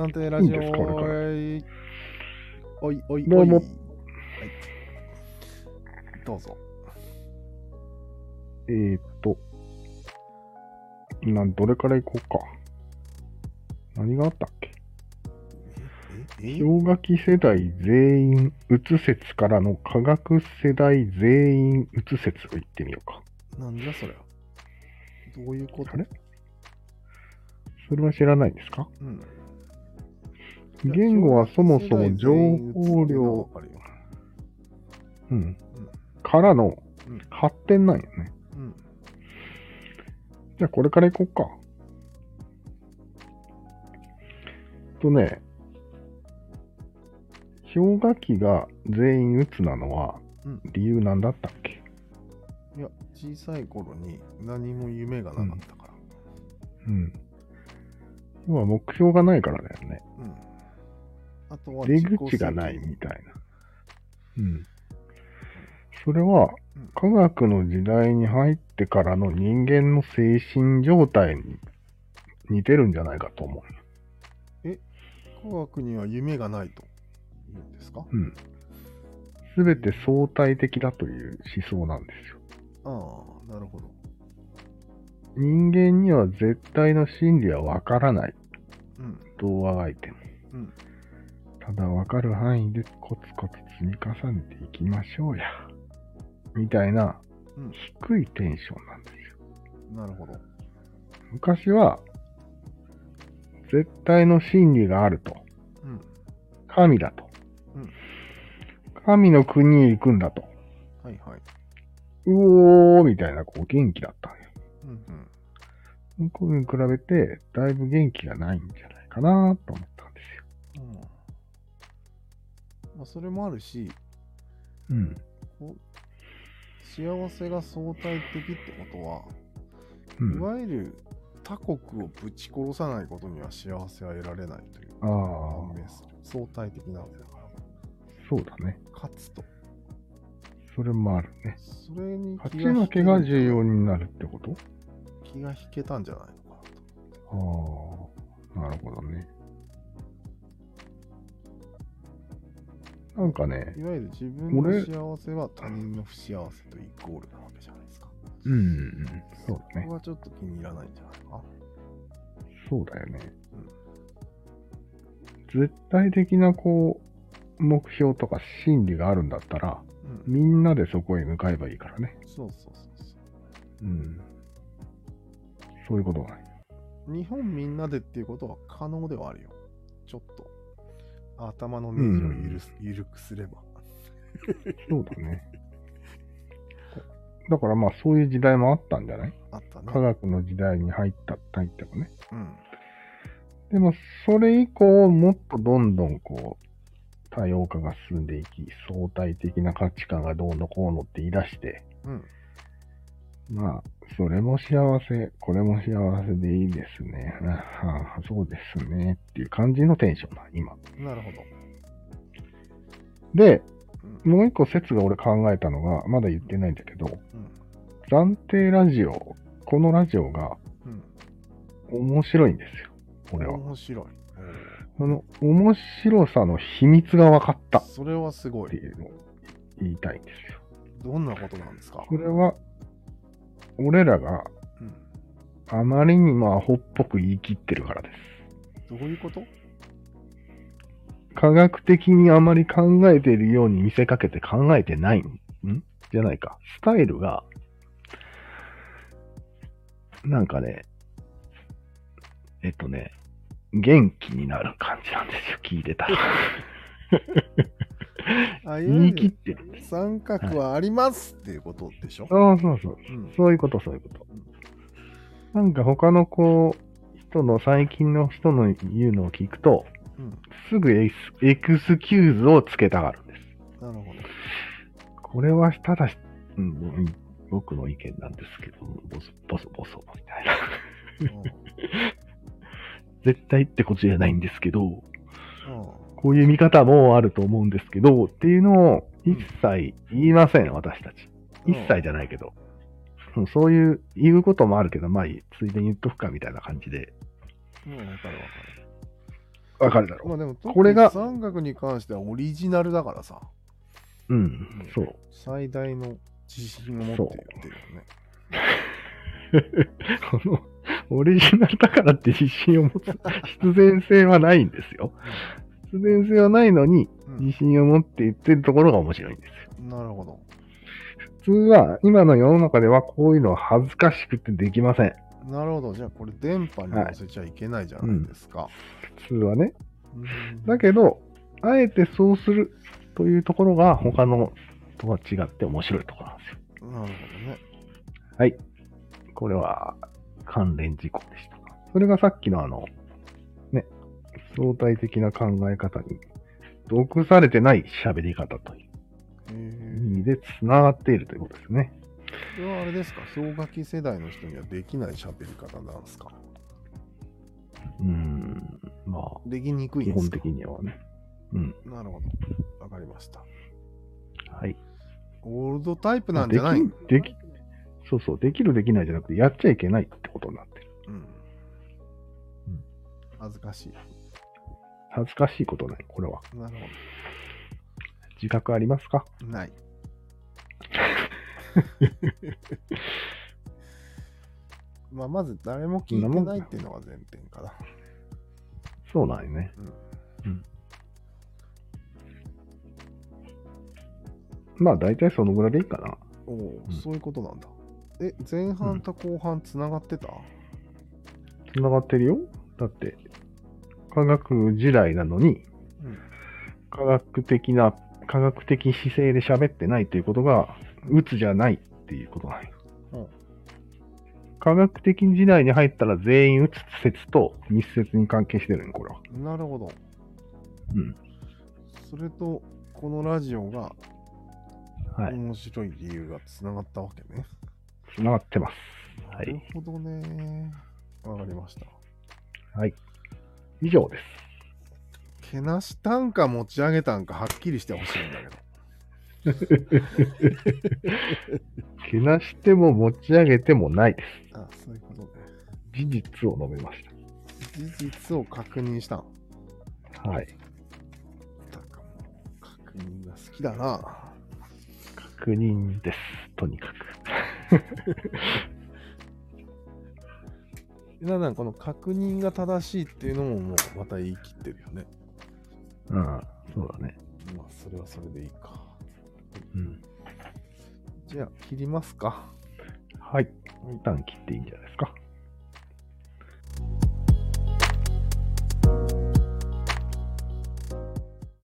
暫定ラジオ。 いいんですか、これから。 おいおいおい。 どうも。 はい。どうぞ。 どれから行こうか。何があったっけ？氷河期世代全員うつ説からの科学世代全員うつ説を言ってみようか。 なんじゃそりゃ。どういうこと？ あれ？それは知らないですか？ うん。 言語はそもそも情報量、からの発展なんよね。じゃあこれから行こうか。氷河期が全員鬱なのは理由なんだったっけ？ いや、小さい頃に何も夢がなかったから。 要は目標がないからだよね。 あとは出口がないみたいな。それは、科学の時代に入ってからの人間の精神状態に似てるんじゃないかと思う。 科学には夢がないと言うんですか？ すべて相対的だという思想なんですよ。 ああ、なるほど。 人間には絶対の真理はわからない。どうあがいても。ただわかる範囲でコツコツ積み重ねていきましょうや。みたいな、低いテンションなんですよ。 なるほど。 昔は、絶対の真理があると。神だと。神の国に行くんだと。 はいはい。 うおーみたいな、元気だったんよ。これに比べて、だいぶ元気がないんじゃないかなと思ったんですよ。 それもあるし、幸せが相対的ってことは、いわゆる他国をぶち殺さないことには幸せは得られないという判明する。相対的なわけだから。 そうだね。 勝つと。 それもあるね。 それに勝ち負けが重要になるってこと？ 気が引けたんじゃないのかなと。 なるほどね。なんかね、 いわゆる自分の幸せは他人の不幸せとイコールなわけじゃないですか。 そうだね。 そこはちょっと気に入らないんじゃないか。 そうだよね。絶対的な目標とか真理があるんだったら、みんなでそこへ向かえばいいからね。 そう。 そういうことがない。 日本みんなでっていうことは可能ではあるよ。ちょっと頭のネジを緩くすれば。 そうだね。だからそういう時代もあったんじゃない？ あったね。 科学の時代に入ってもね。でもそれ以降もっとどんどん多様化が進んでいき、相対的な価値観がどうのこうのって言い出して、それも幸せ、これも幸せでいいですね。そうですね。っていう感じのテンションだ、今。 なるほど。 で、もう一個説が俺考えたのが、まだ言ってないんだけど、暫定ラジオ、このラジオが、面白いんですよ、俺は。 面白い。 面白さの秘密が分かった。 それはすごい。 っていうのを言いたいんですよ。 どんなことなんですか？ それは、俺らが、あまりにもアホっぽく言い切ってるからです。 どういうこと？ 科学的にあまり考えているように見せかけて考えてないじゃないか。スタイルが、なんかね、元気になる感じなんですよ、聞いてたら。言い切ってる。 三角はありますっていうことでしょ？ そう。そういうこと。なんか他の最近の人の言うのを聞くと、すぐエクスキューズをつけたがるんです。 なるほど。 これはただし、僕の意見なんですけど、ボソみたいな。絶対ってことじゃないんですけど、こういう見方もあると思うんですけど、っていうのを一切言いません、私たち。一切じゃないけど。そういう言うこともあるけど、ついでに言っとくかみたいな感じで。 わかる。 わかるだろう。 まあでも、 これが三角に関してはオリジナルだからさ。 うん、そう。 最大の自信を持って言ってるよね。この、オリジナルだからって自信を持つ必然性はないんですよ。必然性はないのに、自信を持って言ってるところが面白いんですよ。 なるほど。 普通は、今の世の中ではこういうのは恥ずかしくてできません。 なるほど。じゃあこれ電波に乗せちゃいけないじゃないですか。 普通はね。だけど、あえてそうするというところが他のとは違って面白いところなんですよ。 なるほどね。 はい。これは関連事項でした。それがさっきのね、相対的な考え方に毒されてない喋り方という意味で繋がっているということですね。 これはあれですか、氷河期世代の人にはできない喋り方なんですか？ まあ、 できにくいんですか？ 基本的にはね。 なるほど。わかりました。 はい。 オールドタイプなんじゃない？ そうそう、できるできないじゃなくて、やっちゃいけないってことになってる。 恥ずかしい。 恥ずかしいことない、これは。 なるほど。 自覚ありますか？ ない。まあ、まず誰も聞いてないっていうのが前提かな。 そうなんよね。まあ、大体そのぐらいでいいかな。 そういうことなんだ。前半と後半つながってた？ つながってるよ。だって、科学時代なのに、科学的姿勢で喋ってないということが、鬱じゃないっていうことなんよ。科学的時代に入ったら全員鬱説と密接に関係してるん、これは。 なるほど。それと、このラジオが、面白い理由がつながったわけね。 つながってます。 なるほどね。わかりました。 はい。以上です。 けなしたんか持ち上げたんかはっきりしてほしいんだけど。 けなしても持ち上げてもないです。 そういうことね。 事実を述べました。 事実を確認したん。 はい。 確認が好きだな。 確認です。とにかく。 なんこの確認が正しいっていうのももうまた言い切ってるよね。 そうだね。 まあ、それはそれでいいか。じゃあ、切りますか。 はい。一旦切っていいんじゃないですか。